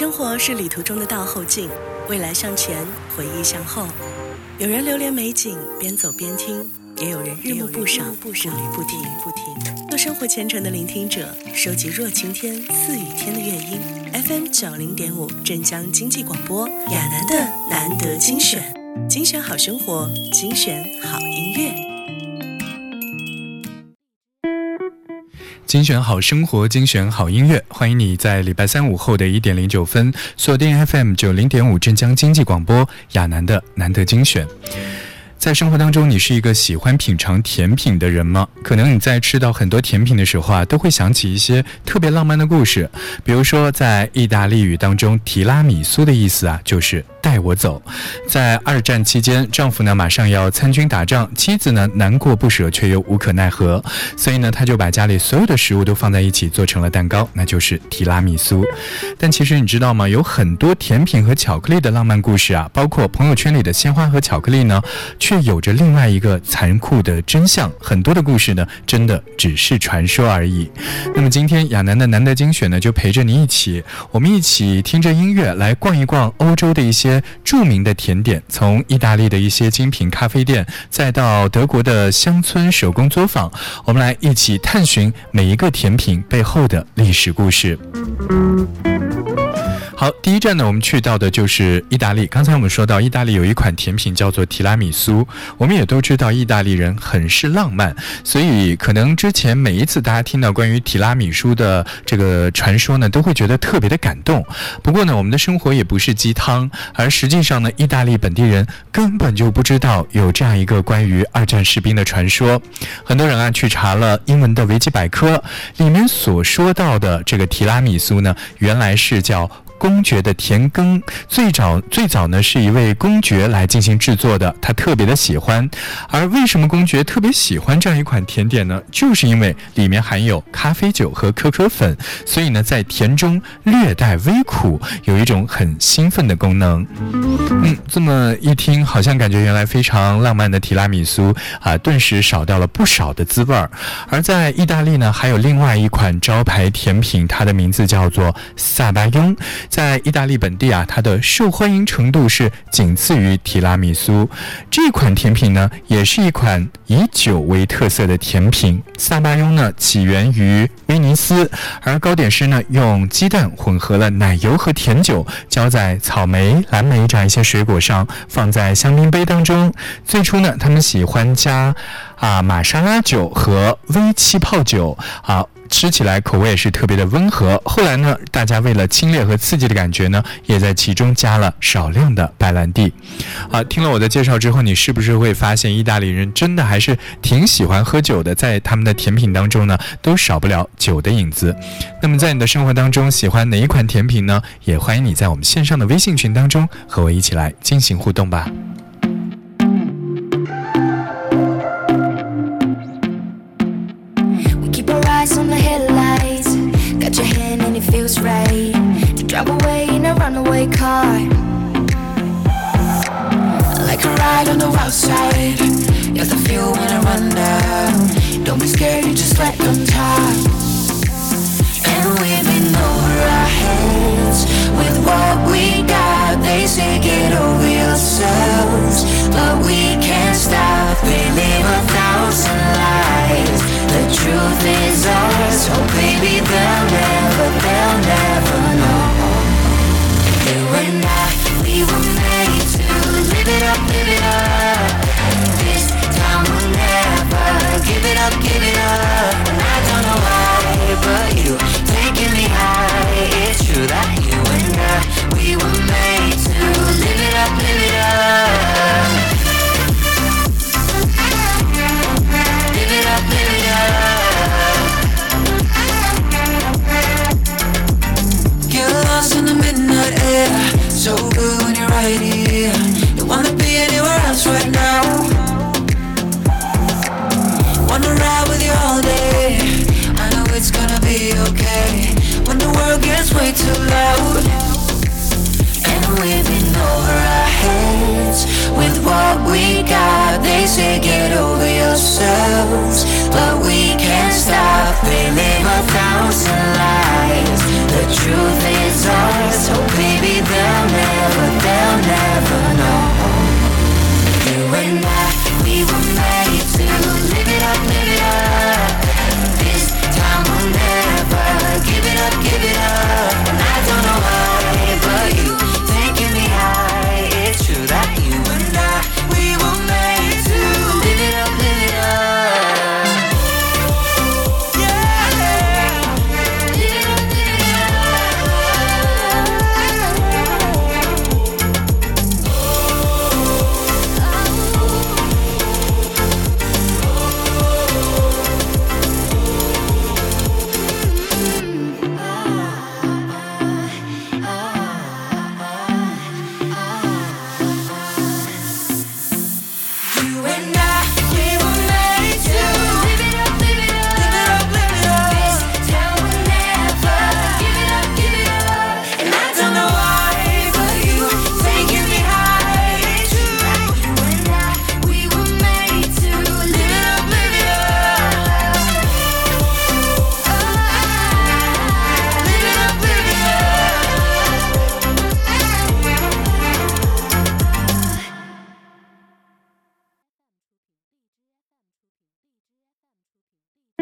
生活是旅途中的倒后镜，未来向前，回忆向后。有人流连美景，边走边听，也有人日暮不赏，步履不停。做生活虔诚的聆听者，收集若晴天、似雨天的乐音。FM90.5镇江经济广播，亚楠的难得精选，精选好生活，精选好音乐。 精选好生活，精选好音乐，欢迎你在礼拜三午后的1点09分锁定 FM90.5镇江经济广播亚楠的难得精选。在生活当中，你是一个喜欢品尝甜品的人吗？可能你在吃到很多甜品的时候啊，都会想起一些特别浪漫的故事。比如说在意大利语当中，提拉米苏的意思啊，就是带我走。在二战期间，丈夫呢马上要参军打仗，妻子呢难过不舍，却又无可奈何，所以呢他就把家里所有的食物都放在一起做成了蛋糕，那就是提拉米苏。但其实你知道吗，有很多甜品和巧克力的浪漫故事啊，包括朋友圈里的鲜花和巧克力呢，却有着另外一个残酷的真相。很多的故事呢真的只是传说而已。那么今天亚楠的难得精选呢，就陪着你我们一起听着音乐来逛一逛欧洲的一些著名的甜点，从意大利的一些精品咖啡店，再到德国的乡村手工作坊，我们来一起探寻每一个甜品背后的历史故事。好，第一站呢，我们去到的就是意大利。刚才我们说到意大利有一款甜品叫做提拉米苏，我们也都知道意大利人很是浪漫，所以可能之前每一次大家听到关于提拉米苏的这个传说呢，都会觉得特别的感动。不过呢，我们的生活也不是鸡汤，而实际上呢，意大利本地人根本就不知道有这样一个关于二战士兵的传说。很多人啊去查了英文的维基百科，里面所说到的这个提拉米苏呢，原来是叫公爵的甜羹，最早呢是一位公爵来进行制作的，他特别的喜欢。而为什么公爵特别喜欢这样一款甜点呢？就是因为里面含有咖啡酒和可可粉，所以呢在甜中略带微苦，有一种很兴奋的功能。这么一听，好像感觉原来非常浪漫的提拉米苏啊，顿时少掉了不少的滋味儿。而在意大利呢，还有另外一款招牌甜品，它的名字叫做萨巴雍。在意大利本地啊，它的受欢迎程度是仅次于提拉米苏。这款甜品呢，也是一款以酒为特色的甜品。萨巴雍呢，起源于威尼斯，而糕点师呢，用鸡蛋混合了奶油和甜酒，浇在草莓、蓝莓这样一些水果上，放在香槟杯当中。最初呢，他们喜欢加玛莎拉酒和微气泡酒吃起来口味也是特别的温和。后来呢，大家为了清冽和刺激的感觉呢，也在其中加了少量的白兰地。听了我的介绍之后，你是不是会发现意大利人真的还是挺喜欢喝酒的，在他们的甜品当中呢，都少不了酒的影子。那么在你的生活当中喜欢哪一款甜品呢？也欢迎你在我们线上的微信群当中和我一起来进行互动吧。 On the headlights, got your hand and it feels right to drive away in a runaway car, like a ride on the outside. Got the fuel when I run down. Don't be scared, you just let them talk. And we've been over our heads with what we got. They say get over yourselves, but we can't stop. Relive 1,000 lies. The truth is ours. Oh baby, they'll never know. You and I, we were made to live it up, live it up. This time we'll never give it up, give it up. And I don't know why, but you taking me high. It's true that you and I, we were made to live it up, live it up. Live it up, live it up. Get lost in the midnight air. So good when you're right here. Don't wanna be anywhere else right now. Wanna ride with you all day. I know it's gonna be okay when the world gets way too loud. And we've been over our heads with what we got. They say get over yourselves, but we can't stop. Relive 1,000 lies. The truth is ours. So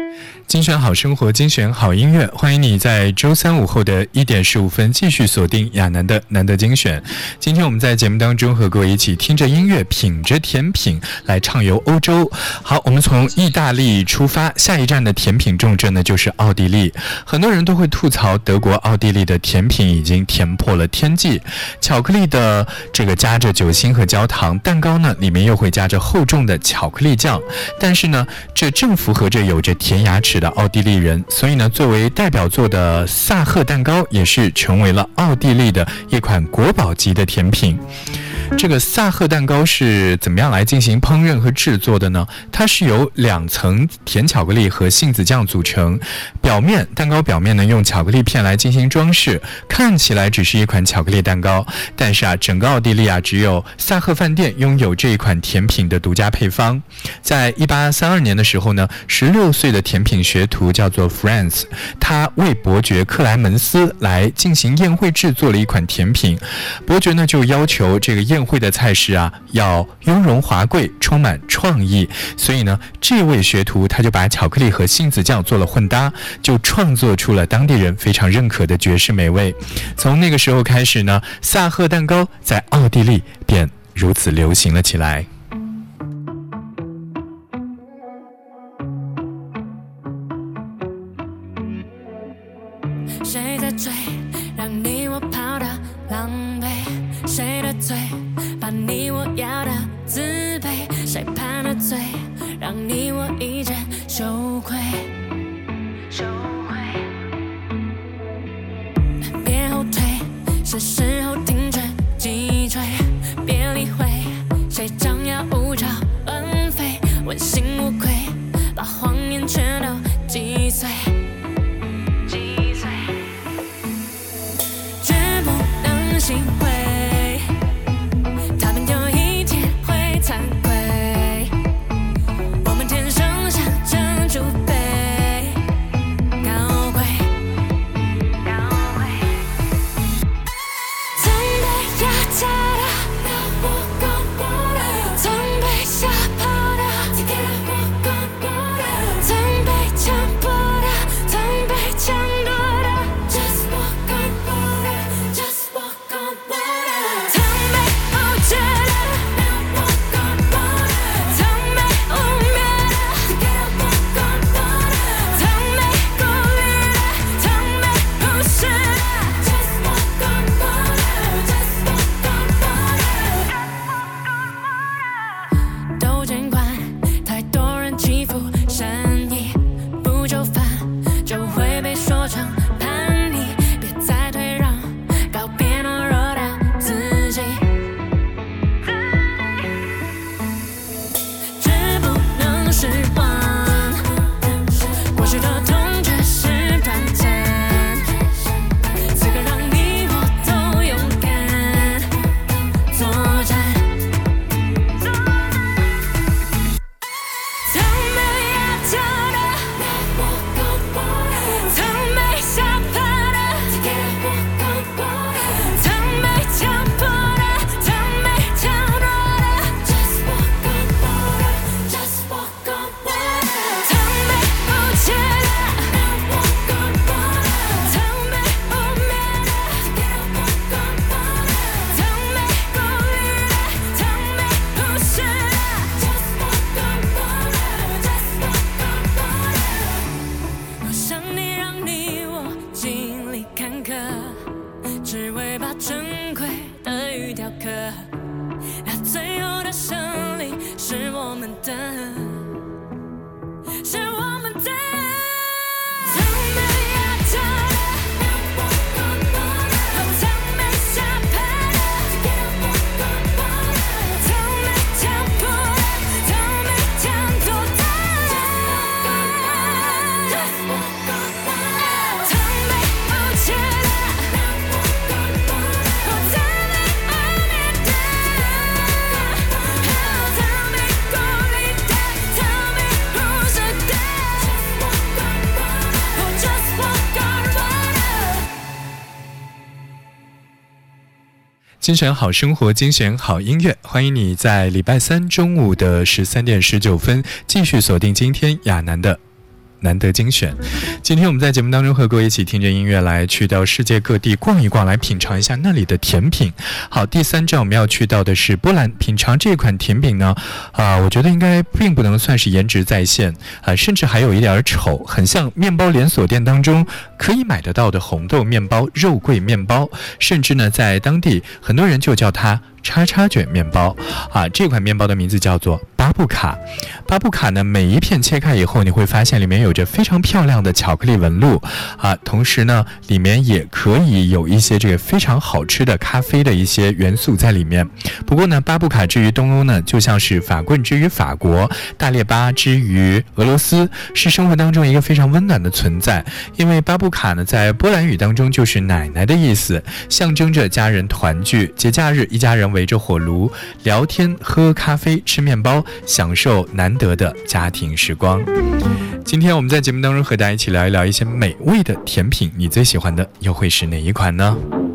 精选好生活，精选好音乐，欢迎你在周三午后的1点15分继续锁定亚楠的难得精选。今天我们在节目当中和各位一起听着音乐，品着甜品，来畅游欧洲。好，我们从意大利出发，下一站的甜品重镇呢就是奥地利。很多人都会吐槽德国、奥地利的甜品已经甜破了天际，巧克力的这个加着酒精和焦糖，蛋糕呢里面又会加着厚重的巧克力酱，但是呢这正符合着有着甜牙齿的奥地利人，所以呢作为代表作的萨赫蛋糕也是成为了奥地利的一款国宝级的甜品。这个萨赫蛋糕是怎么样来进行烹饪和制作的呢？它是由2层甜巧克力和杏子酱组成，蛋糕表面呢用巧克力片来进行装饰，看起来只是一款巧克力蛋糕，但是整个奥地利只有萨赫饭店拥有这一款甜品的独家配方。在1832年的时候呢，16岁的甜品学徒叫做 Franz， 他为伯爵克莱门斯来进行宴会制作了一款甜品。伯爵呢就要求这个宴会的菜式要雍容华贵，充满创意，所以呢这位学徒他就把巧克力和杏子酱做了混搭，就创作出了当地人非常认可的绝世美味。从那个时候开始呢，萨赫蛋糕在奥地利便如此流行了起来。 谁在追，让你我跑得狼狈？谁的嘴，把你我要的自卑？谁攀的嘴，让你我一见羞愧？别后退，是时候停止击坠。别理会，谁将要无招奔飞？问心无愧，把谎言全都击碎。绝不能心灰，他们有一天会惭愧。我们天生像珍珠杯，高贵。曾被压榨的，曾被吓跑的，曾被强迫的，曾被抢夺的。Just walk on water, just walk on water。曾被误解的，曾被污蔑的，曾被孤立的，曾被忽视的。Just walk on water, just walk on water。都见惯太多人欺负善意，不就范就会被说成叛逆。别再退让，告别懦弱的自己。绝不能失望，过去的痛却是短暂。此刻让你我都勇敢作战。曾被压榨的，曾被吓跑的，曾被强迫的，曾被抢夺的。Just walk on water, just walk on water。曾被误解的，曾被污蔑的，曾被孤立的，曾被忽视的。Just walk on water, just walk on water。我想你，让你我经历坎坷，只为把珍贵的鱼雕刻。那最后的胜利是我们的，是我们的。曾被压榨的，曾被吓跑的，曾被强迫的，曾被抢夺的。曾被误解的，曾被污蔑的，曾被孤立的，曾被忽视的。Just walk on water。 精选好生活，精选好音乐，欢迎你在礼拜三中午的13点19分继续锁定今天亚楠的难得精选。今天我们在节目当中和各位一起听着音乐来去到世界各地逛一逛，来品尝一下那里的甜品。好，第3站我们要去到的是波兰，品尝这款甜品呢，我觉得应该并不能算是颜值在线，甚至还有一点丑，很像面包连锁店当中可以买得到的红豆面包、肉桂面包，甚至呢在当地很多人就叫它叉叉卷面包这款面包的名字叫做巴布卡。巴布卡呢，每一片切开以后，你会发现里面有着非常漂亮的巧克力纹路同时呢，里面也可以有一些这个非常好吃的咖啡的一些元素在里面。不过呢，巴布卡之于东欧呢，就像是法棍之于法国，大列巴之于俄罗斯，是生活当中一个非常温暖的存在。因为巴布卡呢，在波兰语当中就是奶奶的意思，象征着家人团聚，节假日一家人围着火炉聊天、喝咖啡、吃面包，享受难得的家庭时光。今天我们在节目当中和大家一起聊一聊一些美味的甜品，你最喜欢的又会是哪一款呢？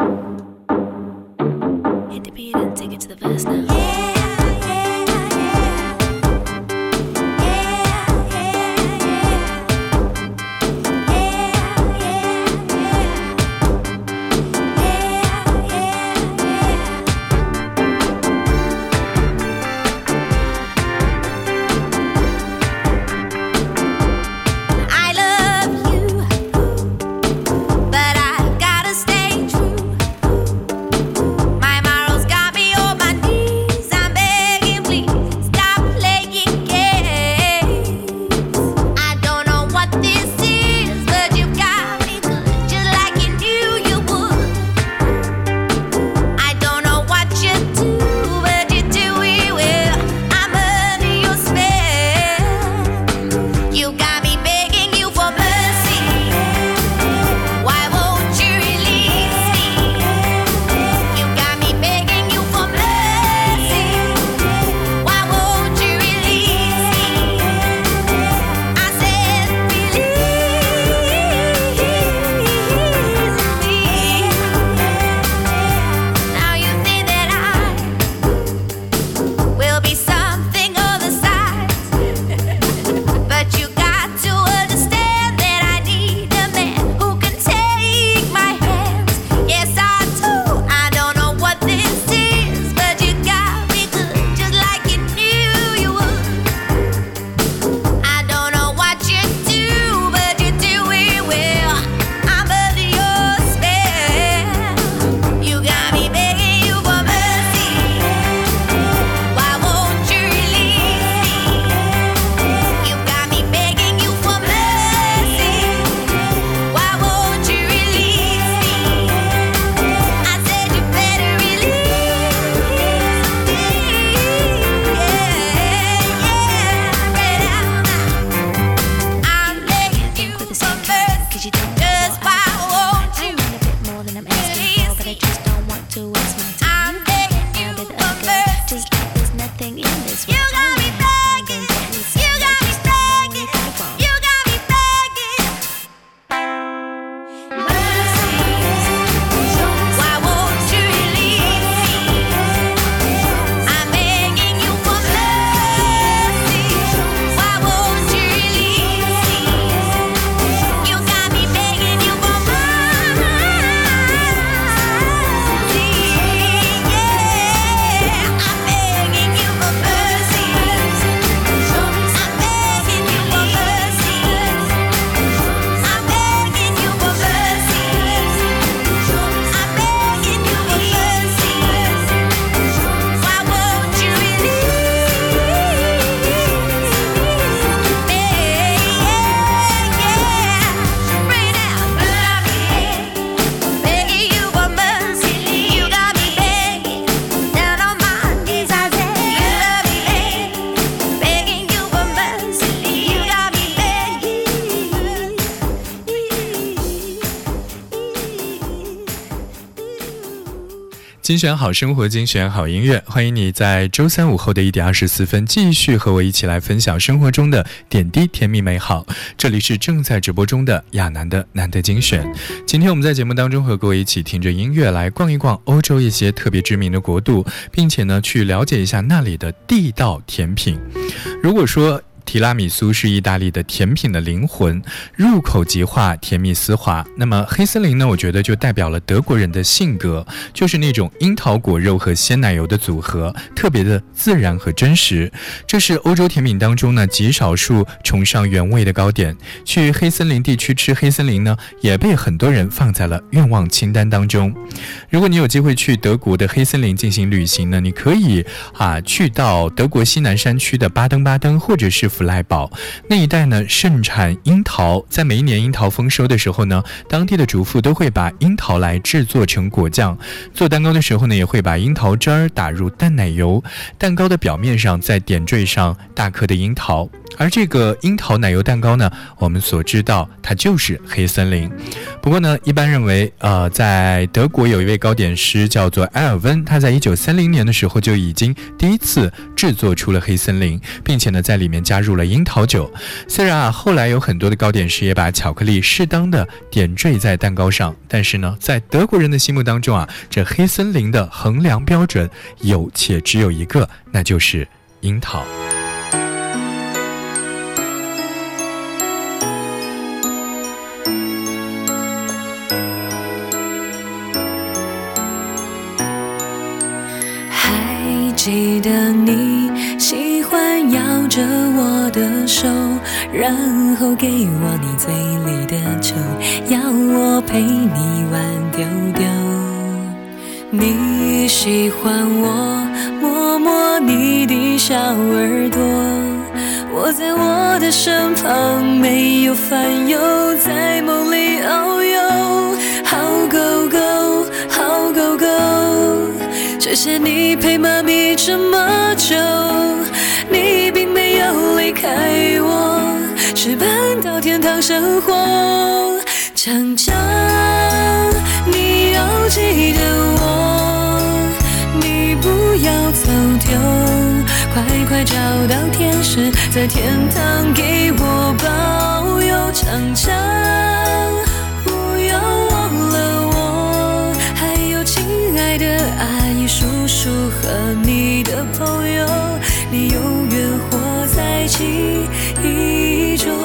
精选好生活，精选好音乐，欢迎你在周三午后的1点24分继续和我一起来分享生活中的点滴甜蜜美好。这里是正在直播中的亚楠的难得精选。今天我们在节目当中和各位一起听着音乐来逛一逛欧洲一些特别知名的国度，并且呢去了解一下那里的地道甜品。如果说提拉米苏是意大利的甜品的灵魂，入口即化，甜蜜丝滑。那么黑森林呢，我觉得就代表了德国人的性格，就是那种樱桃果肉和鲜奶油的组合，特别的自然和真实。这是欧洲甜品当中呢极少数崇尚原味的糕点。去黑森林地区吃黑森林呢，也被很多人放在了愿望清单当中。如果你有机会去德国的黑森林进行旅行呢，你可以去到德国西南山区的巴登巴登或者是弗赖堡那一带呢，盛产樱桃。在每一年樱桃丰收的时候呢，当地的主妇都会把樱桃来制作成果酱，做蛋糕的时候呢，也会把樱桃汁儿打入淡奶油，蛋糕的表面上再点缀上大颗的樱桃。而这个樱桃奶油蛋糕呢，我们所知道它就是黑森林。不过呢，一般认为在德国有一位糕点师叫做埃尔温，他在1930年的时候就已经第一次制作出了黑森林，并且呢在里面加入了樱桃酒。虽然后来有很多的糕点师也把巧克力适当的点缀在蛋糕上，但是呢在德国人的心目当中这黑森林的衡量标准有且只有一个，那就是樱桃。 记得你喜欢摇着我的手，然后给我你嘴里的酒，要我陪你玩丢丢。你喜欢我摸摸你的小耳朵，我在我的身旁没有烦忧，在梦里遨游。好狗狗，好狗狗，谢谢你陪妈咪这么久，你并没有离开我，是搬到天堂生活。强强，你要记得我，你不要走丢，快快找到天使，在天堂给我保佑。强强，不要忘了我，还有亲爱的阿姨叔叔和你的朋友，你永远活在记忆中。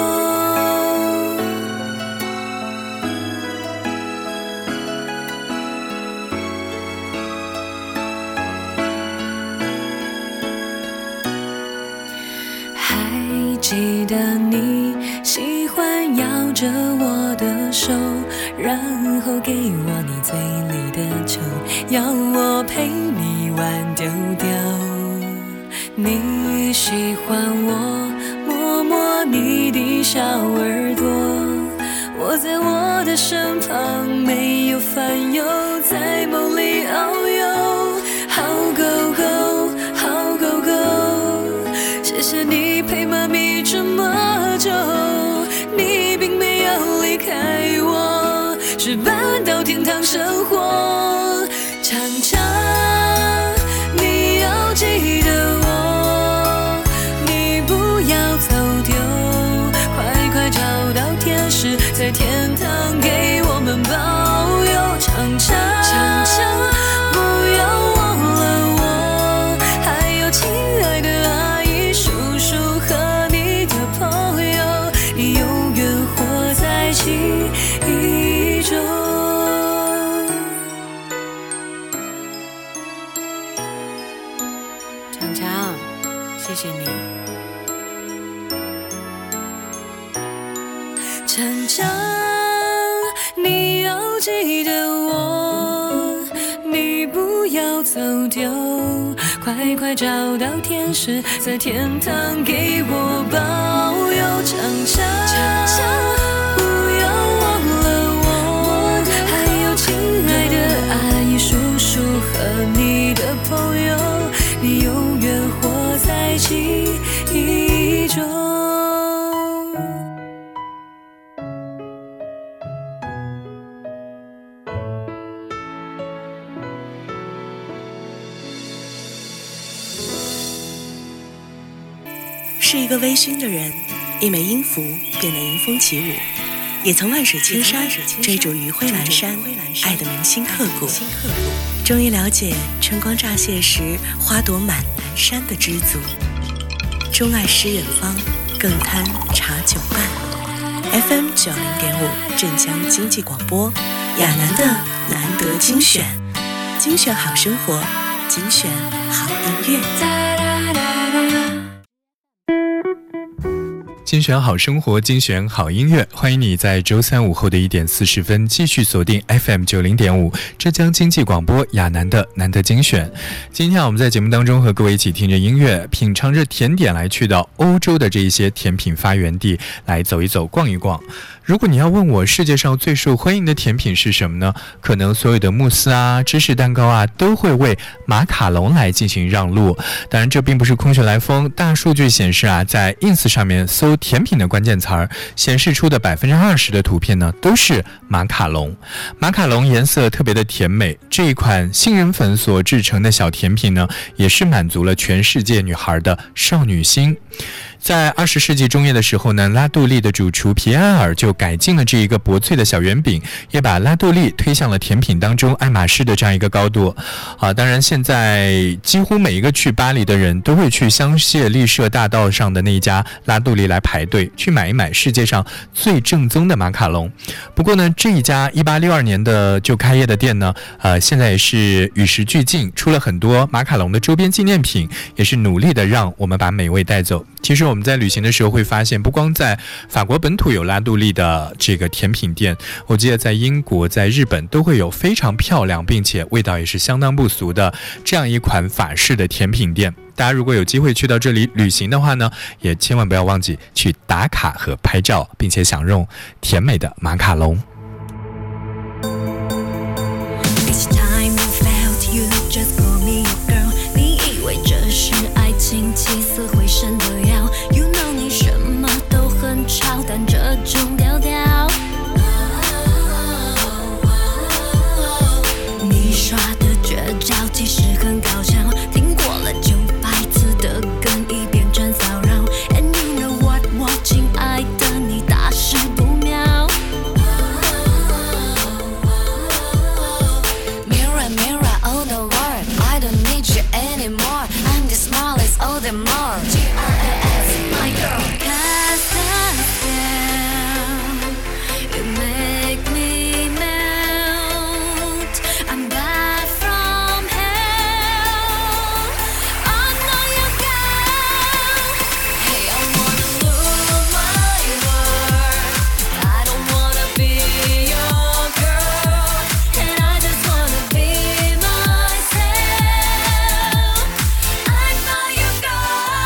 还记得你喜欢摇着我的手，然后给我你嘴里的酒，要我陪你玩丢丢。你喜欢我摸摸你的小耳朵，我在我的身旁没有烦忧，在梦里遨游。好狗狗，好狗狗，谢谢你陪妈咪这么久，你并没有离开我，是搬到天堂生活。强强，你要记得我，你不要走丢，快快找到天使，在天堂给我们保佑。强强，强强，不要忘了我，还有亲爱的阿姨叔叔和你的朋友，你永远活在记忆中。强强，谢谢你。强强，你要记得我，你不要走丢，快快找到天使，在天堂给我保佑。强强，强强，不要忘了我，还有亲爱的阿姨叔叔和你的朋友，你永远活在记忆中。 是一个微醺的人，一枚音符变得迎风起舞，也曾万水千山追逐余晖阑珊，爱得铭心刻骨。终于了解春光乍泄时花朵满南山的知足，钟爱诗远方， 更贪茶酒伴。FM 90.5镇江经济广播，亚楠的难得精选，精选好生活，精选好音乐。 精选好生活，精选好音乐，欢迎你在周三午后的1点40分继续锁定 FM 90.5浙江经济广播亚楠的难得精选。今天我们在节目当中和各位一起听着音乐，品尝着甜点，来去到欧洲的这一些甜品发源地来走一走逛一逛。如果你要问我世界上最受欢迎的甜品是什么呢？可能所有的慕斯啊、芝士蛋糕啊都会为马卡龙来进行让路。当然这并不是空穴来风，大数据显示啊，在 ins 上面搜甜品的关键词儿，显示出的20%的图片呢都是马卡龙。马卡龙颜色特别的甜美，这一款杏仁粉所制成的小甜品呢，也是满足了全世界女孩的少女心。在20世纪中叶的时候呢，拉杜利的主厨皮埃尔就改进了这一个薄脆的小圆饼，也把拉杜利推向了甜品当中爱马仕的这样一个高度。当然现在几乎每一个去巴黎的人都会去香榭丽舍大道上的那一家拉杜利来排队去买一买世界上最正宗的马卡龙。不过呢，这一家1862年的就开业的店呢，现在也是与时俱进，出了很多马卡龙的周边纪念品，也是努力的让我们把美味带走。其实我们在旅行的时候会发现，不光在法国本土有拉杜利的这个甜品店，我记得在英国、在日本都会有非常漂亮并且味道也是相当不俗的这样一款法式的甜品店。大家如果有机会去到这里旅行的话呢，也千万不要忘记去打卡和拍照，并且享用甜美的马卡龙。 起死回生的药 You know 你什么都很吵，但这种调调你耍的绝招其实很搞笑，听过了900次的梗已变成骚扰 And you know what 我亲爱的你大事不妙 Mirror mirror oh the world I don't need you anymore I'm the smallest all the more G-R-A-S my girl Cast a spell You make me melt I'm back from hell I know you got Hey I wanna lose my world I don't wanna be your girl And I just wanna be myself I know you got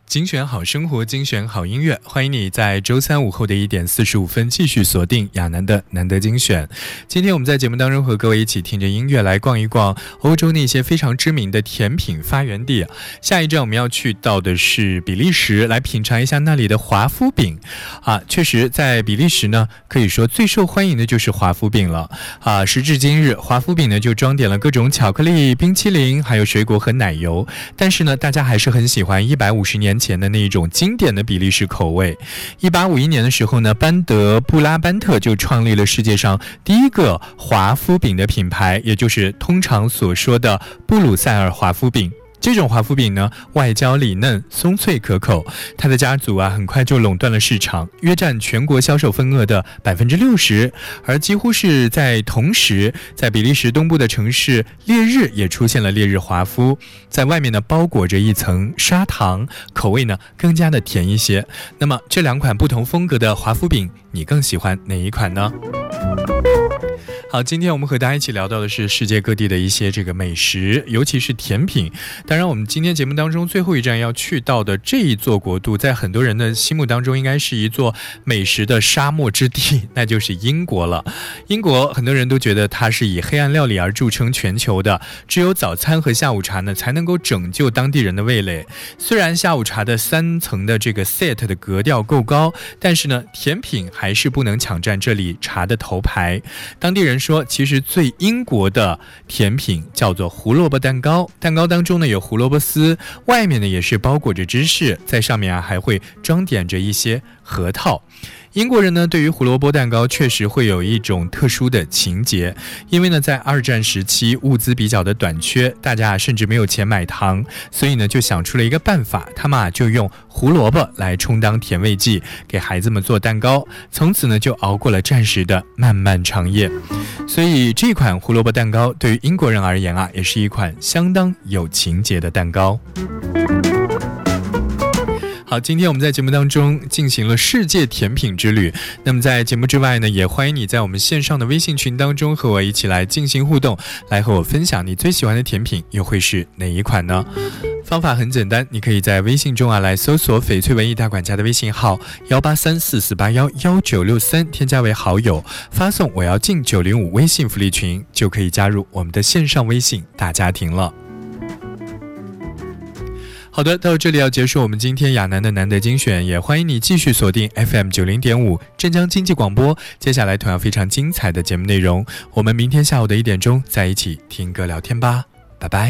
精选好生活，精选好音乐，欢迎你在周三午后的1点45分继续锁定亚楠的难得精选。今天我们在节目当中和各位一起听着音乐来逛一逛欧洲那些非常知名的甜品发源地。下一站我们要去到的是比利时，来品尝一下那里的华夫饼确实在比利时呢，可以说最受欢迎的就是华夫饼了时至今日，华夫饼呢就装点了各种巧克力、冰淇淋，还有水果和奶油，但是呢大家还是很喜欢150年前的那一种经典的比利时口味。1851年的时候呢，班德布拉班特就创立了世界上第一个华夫饼的品牌，也就是通常所说的布鲁塞尔华夫饼。这种华夫饼呢，外焦里嫩，松脆可口。它的家族很快就垄断了市场，约占全国销售份额的60%。而几乎是在同时，在比利时东部的城市烈日也出现了烈日华夫，在外面呢包裹着一层砂糖，口味呢更加的甜一些。那么这两款不同风格的华夫饼，你更喜欢哪一款呢？好，今天我们和大家一起聊到的是世界各地的一些这个美食，尤其是甜品。当然我们今天节目当中最后一站要去到的这一座国度，在很多人的心目当中应该是一座美食的沙漠之地，那就是英国了。英国很多人都觉得它是以黑暗料理而著称全球的，只有早餐和下午茶呢才能够拯救当地人的味蕾。虽然下午茶的3层的这个 set 的格调够高，但是呢甜品还是不能抢占这里茶的头牌。当地人说，其实最英国的甜品叫做胡萝卜蛋糕，蛋糕当中呢有胡萝卜丝，外面呢也是包裹着芝士，在上面还会装点着一些核桃。英国人呢对于胡萝卜蛋糕确实会有一种特殊的情结，因为呢在2战时期物资比较的短缺，大家甚至没有钱买糖，所以呢就想出了一个办法，他们就用胡萝卜来充当甜味剂，给孩子们做蛋糕，从此呢就熬过了战时的漫漫长夜。所以这款胡萝卜蛋糕对于英国人而言也是一款相当有情节的蛋糕。好，今天我们在节目当中进行了世界甜品之旅。那么在节目之外呢，也欢迎你在我们线上的微信群当中和我一起来进行互动，来和我分享你最喜欢的甜品又会是哪一款呢？方法很简单，你可以在微信中来搜索翡翠文艺大管家的微信号18344811963，添加为好友，发送我要进905微信福利群，就可以加入我们的线上微信大家庭了。好的，到这里要结束我们今天亚楠的难得精选，也欢迎你继续锁定 FM90.5 镇江经济广播。接下来同样非常精彩的节目内容，我们明天下午的1点钟在一起听歌聊天吧，拜拜。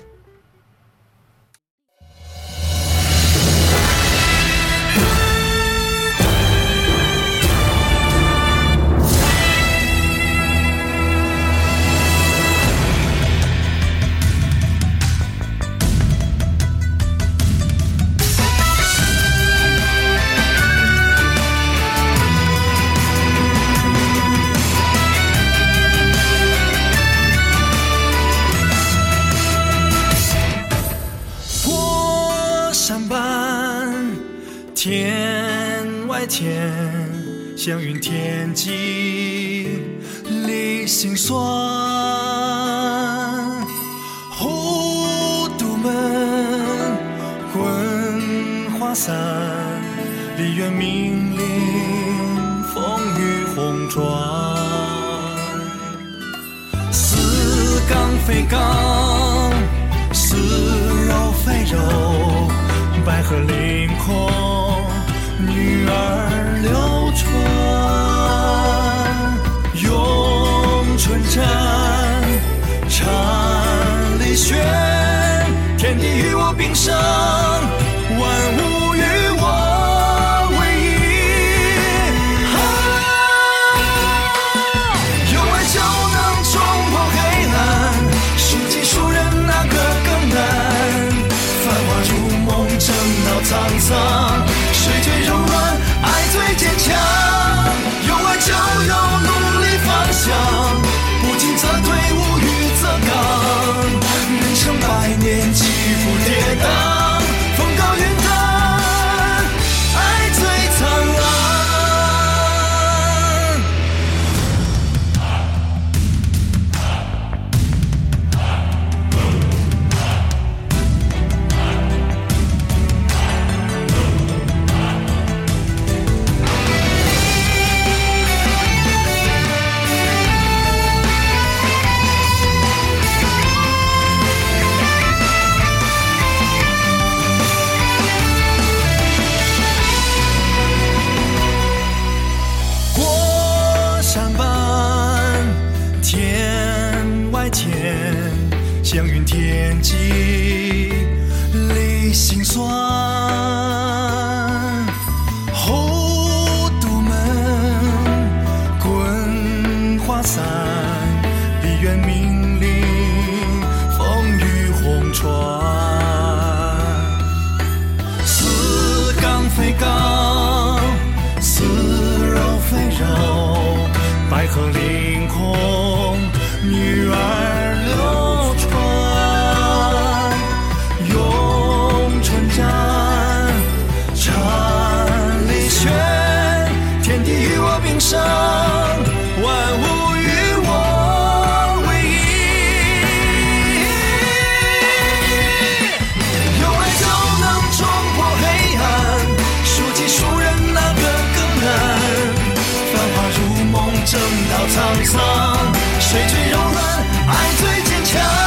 天外天，祥云天际离心酸。糊涂们滚花散，离原命令风雨红妆。似钢非钢，似肉非肉，白鹤凌空，女儿流春，咏春战，缠丽轩，天地与我并生，万物与我为一。有爱就能冲破黑暗，数尽数人那个更难。繁华如梦，正闹沧桑，谁最柔软，爱最坚强。有爱就有努力方向，不进则退，无欲则刚。人生百年起伏跌宕， 天际里辛酸。后渡门滚花伞，闭月命令风雨红船。似钢非钢，似肉非肉，白鹤凌空，女儿流传。咏春战，缠理拳，天地与我并生，万物与我为一。有爱就能冲破黑暗，数尽数人那个更难。繁华如梦，正道沧桑，谁最柔软，爱最坚强。